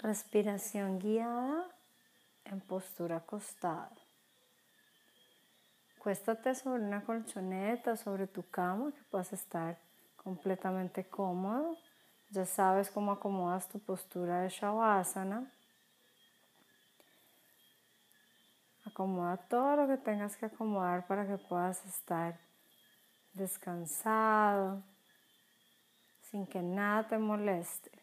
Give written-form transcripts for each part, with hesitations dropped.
Respiración guiada en postura acostada. Acuéstate sobre una colchoneta, sobre tu cama, que puedas estar completamente cómodo. Ya sabes cómo acomodas tu postura de Shavasana. Acomoda todo lo que tengas que acomodar para que puedas estar descansado, sin que nada te moleste.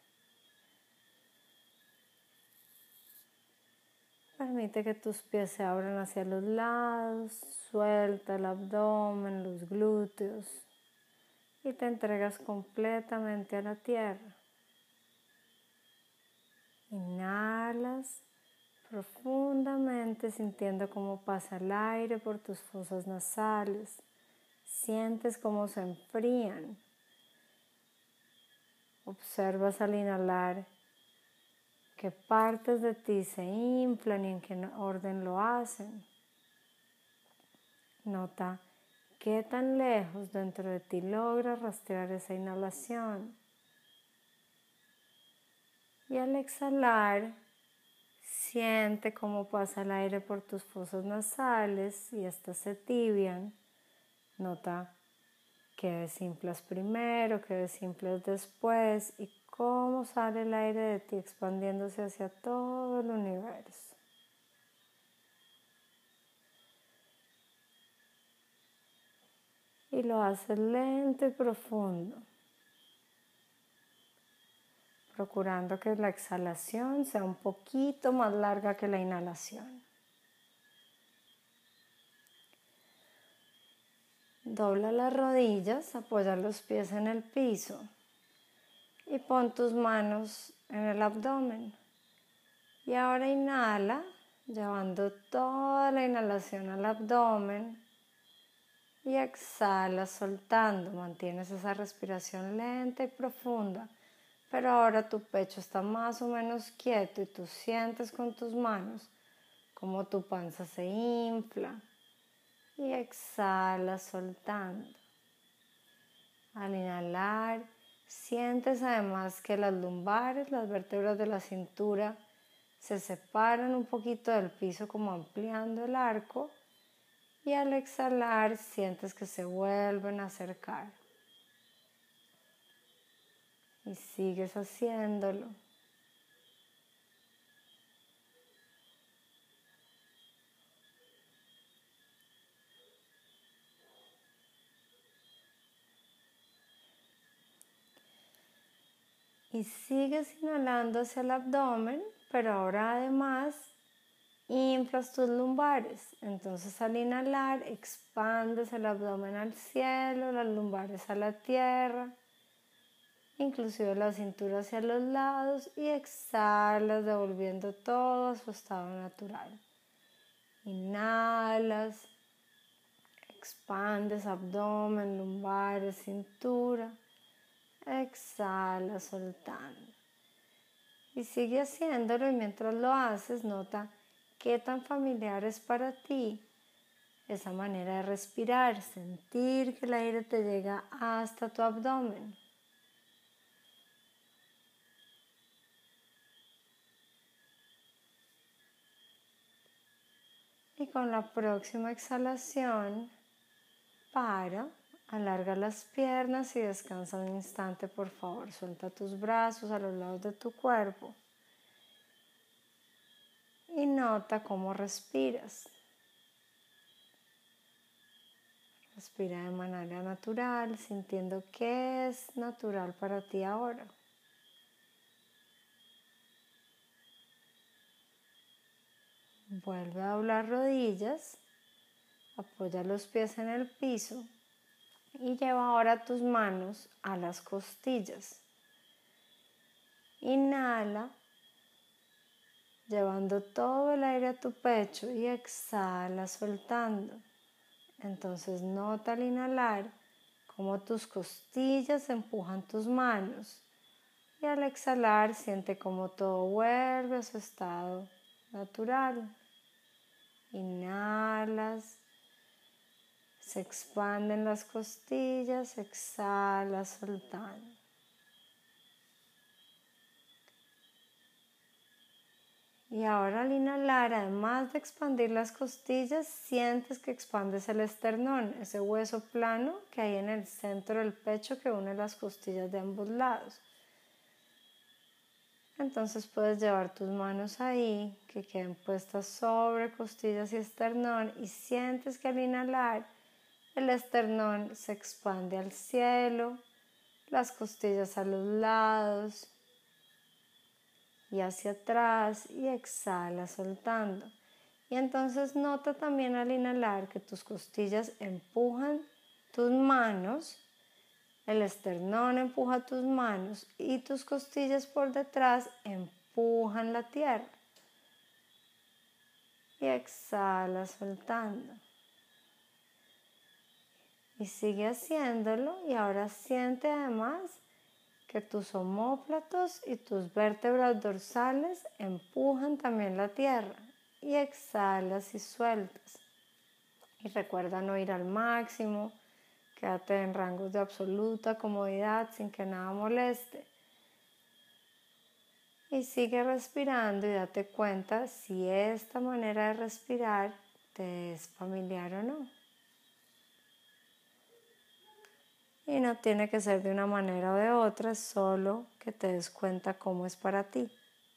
Permite que tus pies se abran hacia los lados, suelta el abdomen, los glúteos y te entregas completamente a la tierra. Inhalas profundamente sintiendo cómo pasa el aire por tus fosas nasales. Sientes cómo se enfrían. Observas al inhalar qué partes de ti se inflan y en qué orden lo hacen. Nota qué tan lejos dentro de ti logras rastrear esa inhalación. Y al exhalar, siente cómo pasa el aire por tus fosas nasales y estas se tibian. Nota qué desinflas primero, qué desinflas después y cómo sale el aire de ti expandiéndose hacia todo el universo. Y lo haces lento y profundo, procurando que la exhalación sea un poquito más larga que la inhalación. Dobla las rodillas, apoya los pies en el piso y pon tus manos en el abdomen. Y ahora inhala, llevando toda la inhalación al abdomen y exhala soltando. Mantienes esa respiración lenta y profunda, pero ahora tu pecho está más o menos quieto y tú sientes con tus manos como tu panza se infla. Y exhala soltando. Al inhalar, sientes además que las lumbares, las vértebras de la cintura, se separan un poquito del piso como ampliando el arco. Y al exhalar, sientes que se vuelven a acercar. Y sigues haciéndolo. Y sigues inhalando hacia el abdomen, pero ahora además inflas tus lumbares. Entonces al inhalar expandes el abdomen al cielo, las lumbares a la tierra, inclusive la cintura hacia los lados y exhalas devolviendo todo a su estado natural. Inhalas, expandes abdomen, lumbares, cintura. Exhala soltando. Y sigue haciéndolo y mientras lo haces nota qué tan familiar es para ti esa manera de respirar, sentir que el aire te llega hasta tu abdomen. Y con la próxima exhalación, alarga las piernas y descansa un instante, por favor. Suelta tus brazos a los lados de tu cuerpo. Y nota cómo respiras. Respira de manera natural, sintiendo qué es natural para ti ahora. Vuelve a doblar rodillas, apoya los pies en el piso y lleva ahora tus manos a las costillas. Inhala, llevando todo el aire a tu pecho y exhala soltando. Entonces nota al inhalar cómo tus costillas empujan tus manos y al exhalar siente cómo todo vuelve a su estado natural. Inhalas, se expanden las costillas, exhalas soltando. Y ahora al inhalar, además de expandir las costillas, sientes que expandes el esternón, ese hueso plano que hay en el centro del pecho que une las costillas de ambos lados. Entonces puedes llevar tus manos ahí, que queden puestas sobre costillas y esternón, y sientes que al inhalar el esternón se expande al cielo, las costillas a los lados y hacia atrás, y exhala soltando. Y entonces nota también al inhalar que tus costillas empujan tus manos, el esternón empuja tus manos y tus costillas por detrás empujan la tierra. Y exhala soltando. Y sigue haciéndolo, y ahora siente además que tus omóplatos y tus vértebras dorsales empujan también la tierra, y exhalas y sueltas. Y recuerda no ir al máximo, quédate en rangos de absoluta comodidad sin que nada moleste. Y sigue respirando y date cuenta si esta manera de respirar te es familiar o no. Y no tiene que ser de una manera o de otra, solo que te des cuenta cómo es para ti.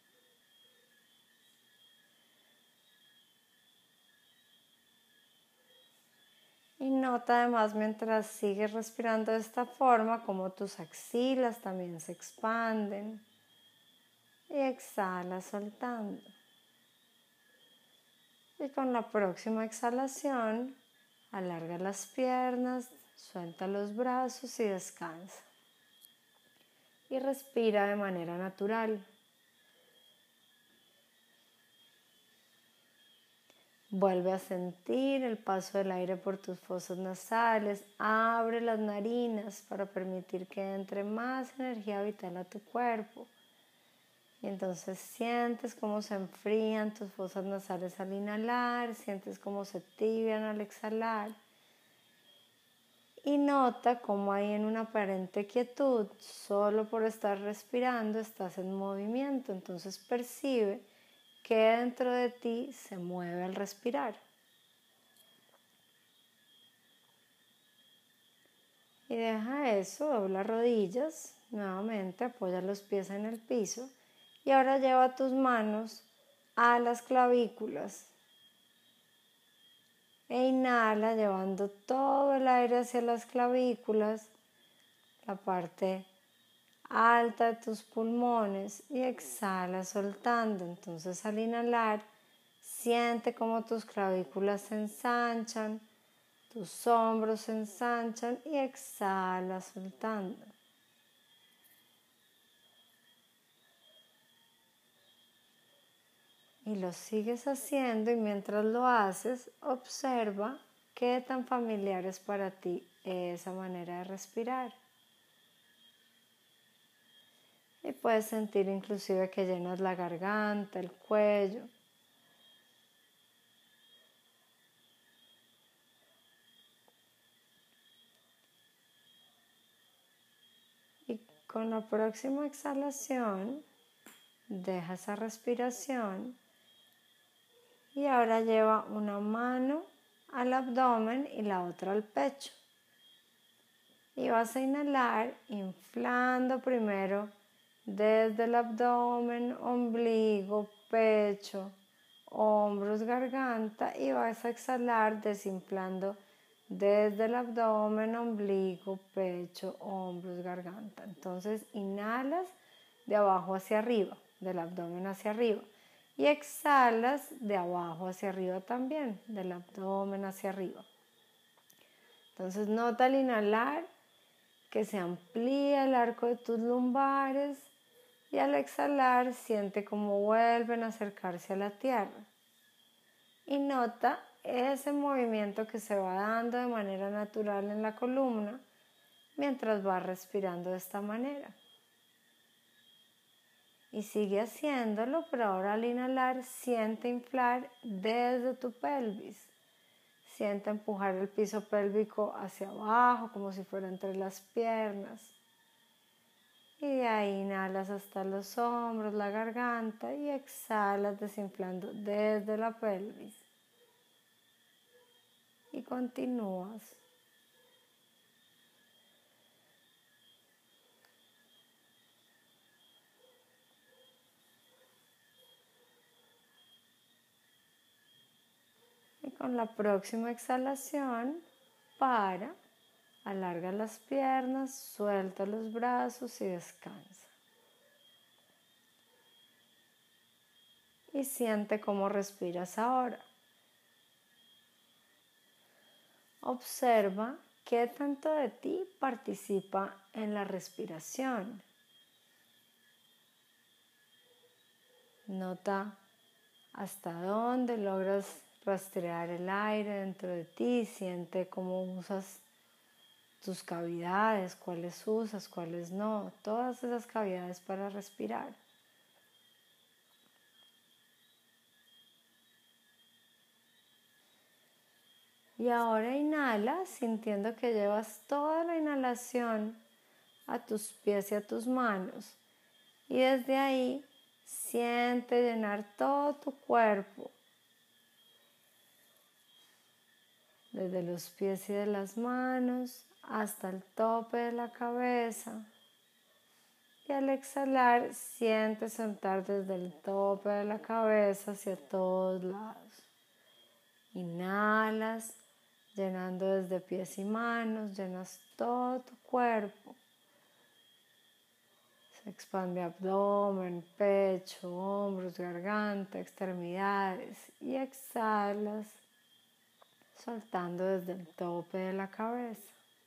Y nota además mientras sigues respirando de esta forma, cómo tus axilas también se expanden. Y exhala soltando. Y con la próxima exhalación, alarga las piernas, suelta los brazos y descansa. Y respira de manera natural. Vuelve a sentir el paso del aire por tus fosas nasales. Abre las narinas para permitir que entre más energía vital a tu cuerpo. Y entonces sientes cómo se enfrían tus fosas nasales al inhalar, sientes cómo se tibian al exhalar. Y nota cómo ahí en una aparente quietud, solo por estar respirando, estás en movimiento. Entonces percibe que dentro de ti se mueve al respirar. Y deja eso, dobla rodillas, nuevamente apoya los pies en el piso. Y ahora lleva tus manos a las clavículas. E inhala llevando todo el aire hacia las clavículas, la parte alta de tus pulmones, y exhala soltando. Entonces al inhalar, siente cómo tus clavículas se ensanchan, tus hombros se ensanchan, y exhala soltando. Y lo sigues haciendo, y mientras lo haces, observa qué tan familiar es para ti esa manera de respirar. Y puedes sentir inclusive que llenas la garganta, el cuello. Y con la próxima exhalación, deja esa respiración. Y ahora lleva una mano al abdomen y la otra al pecho. Y vas a inhalar inflando primero desde el abdomen, ombligo, pecho, hombros, garganta, y vas a exhalar desinflando desde el abdomen, ombligo, pecho, hombros, garganta. Entonces inhalas de abajo hacia arriba, del abdomen hacia arriba. Y exhalas de abajo hacia arriba también, del abdomen hacia arriba. Entonces nota al inhalar que se amplía el arco de tus lumbares, y al exhalar siente cómo vuelven a acercarse a la tierra. Y nota ese movimiento que se va dando de manera natural en la columna mientras vas respirando de esta manera. Y sigue haciéndolo, pero ahora al inhalar siente inflar desde tu pelvis. Siente empujar el piso pélvico hacia abajo como si fuera entre las piernas. Y de ahí inhalas hasta los hombros, la garganta y exhalas desinflando desde la pelvis. Y continúas. Y con la próxima exhalación, alarga las piernas, suelta los brazos y descansa. Y siente cómo respiras ahora. Observa qué tanto de ti participa en la respiración. Nota hasta dónde logras rastrear el aire dentro de ti. Siente cómo usas tus cavidades, cuáles usas, cuáles no. Todas esas cavidades para respirar. Y ahora inhala sintiendo que llevas toda la inhalación a tus pies y a tus manos. Y desde ahí siente llenar todo tu cuerpo. Desde los pies y de las manos hasta el tope de la cabeza. Y al exhalar siente soltar desde el tope de la cabeza hacia todos lados. Inhalas, llenando desde pies y manos, llenas todo tu cuerpo. Se expande abdomen, pecho, hombros, garganta, extremidades y exhalas, soltando desde el tope de la cabeza.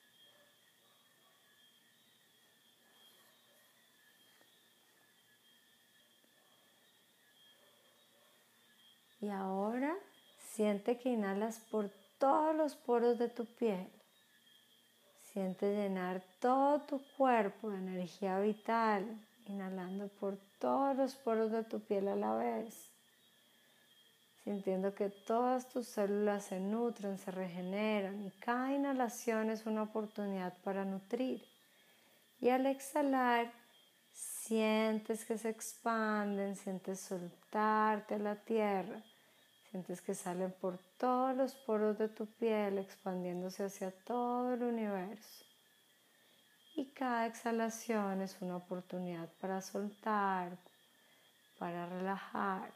Y ahora siente que inhalas por todos los poros de tu piel. Siente llenar todo tu cuerpo de energía vital, inhalando por todos los poros de tu piel a la vez. Sintiendo que todas tus células se nutren, se regeneran y cada inhalación es una oportunidad para nutrir. Y al exhalar, sientes que se expanden, sientes soltarte a la tierra. Sientes que salen por todos los poros de tu piel, expandiéndose hacia todo el universo. Y cada exhalación es una oportunidad para soltar, para relajar.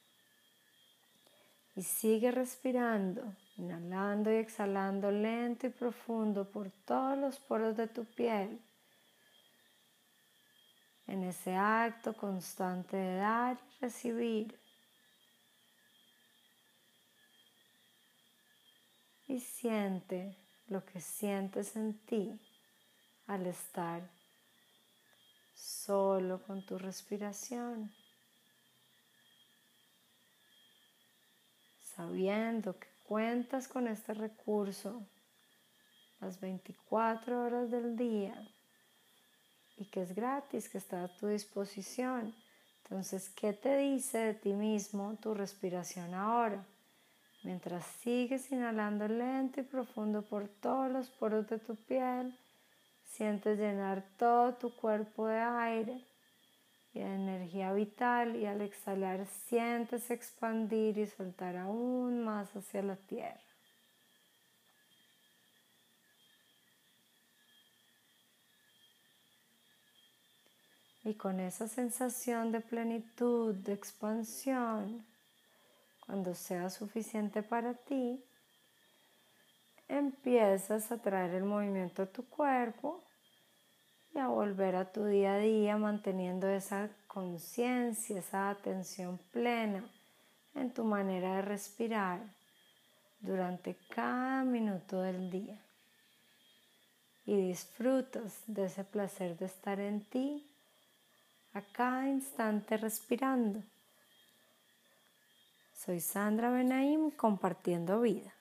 Y sigue respirando, inhalando y exhalando lento y profundo por todos los poros de tu piel. En ese acto constante de dar y recibir. Y siente lo que sientes en ti al estar solo con tu respiración. Sabiendo que cuentas con este recurso las 24 horas del día y que es gratis, que está a tu disposición. Entonces, ¿qué te dice de ti mismo tu respiración ahora? Mientras sigues inhalando lento y profundo por todos los poros de tu piel, sientes llenar todo tu cuerpo de aire y de energía vital, y al exhalar sientes expandir y soltar aún más hacia la tierra. Y con esa sensación de plenitud, de expansión, cuando sea suficiente para ti, empiezas a traer el movimiento a tu cuerpo y a volver a tu día a día manteniendo esa conciencia, esa atención plena en tu manera de respirar durante cada minuto del día. Y disfrutas de ese placer de estar en ti a cada instante respirando. Soy Sandra Benaim, compartiendo vida.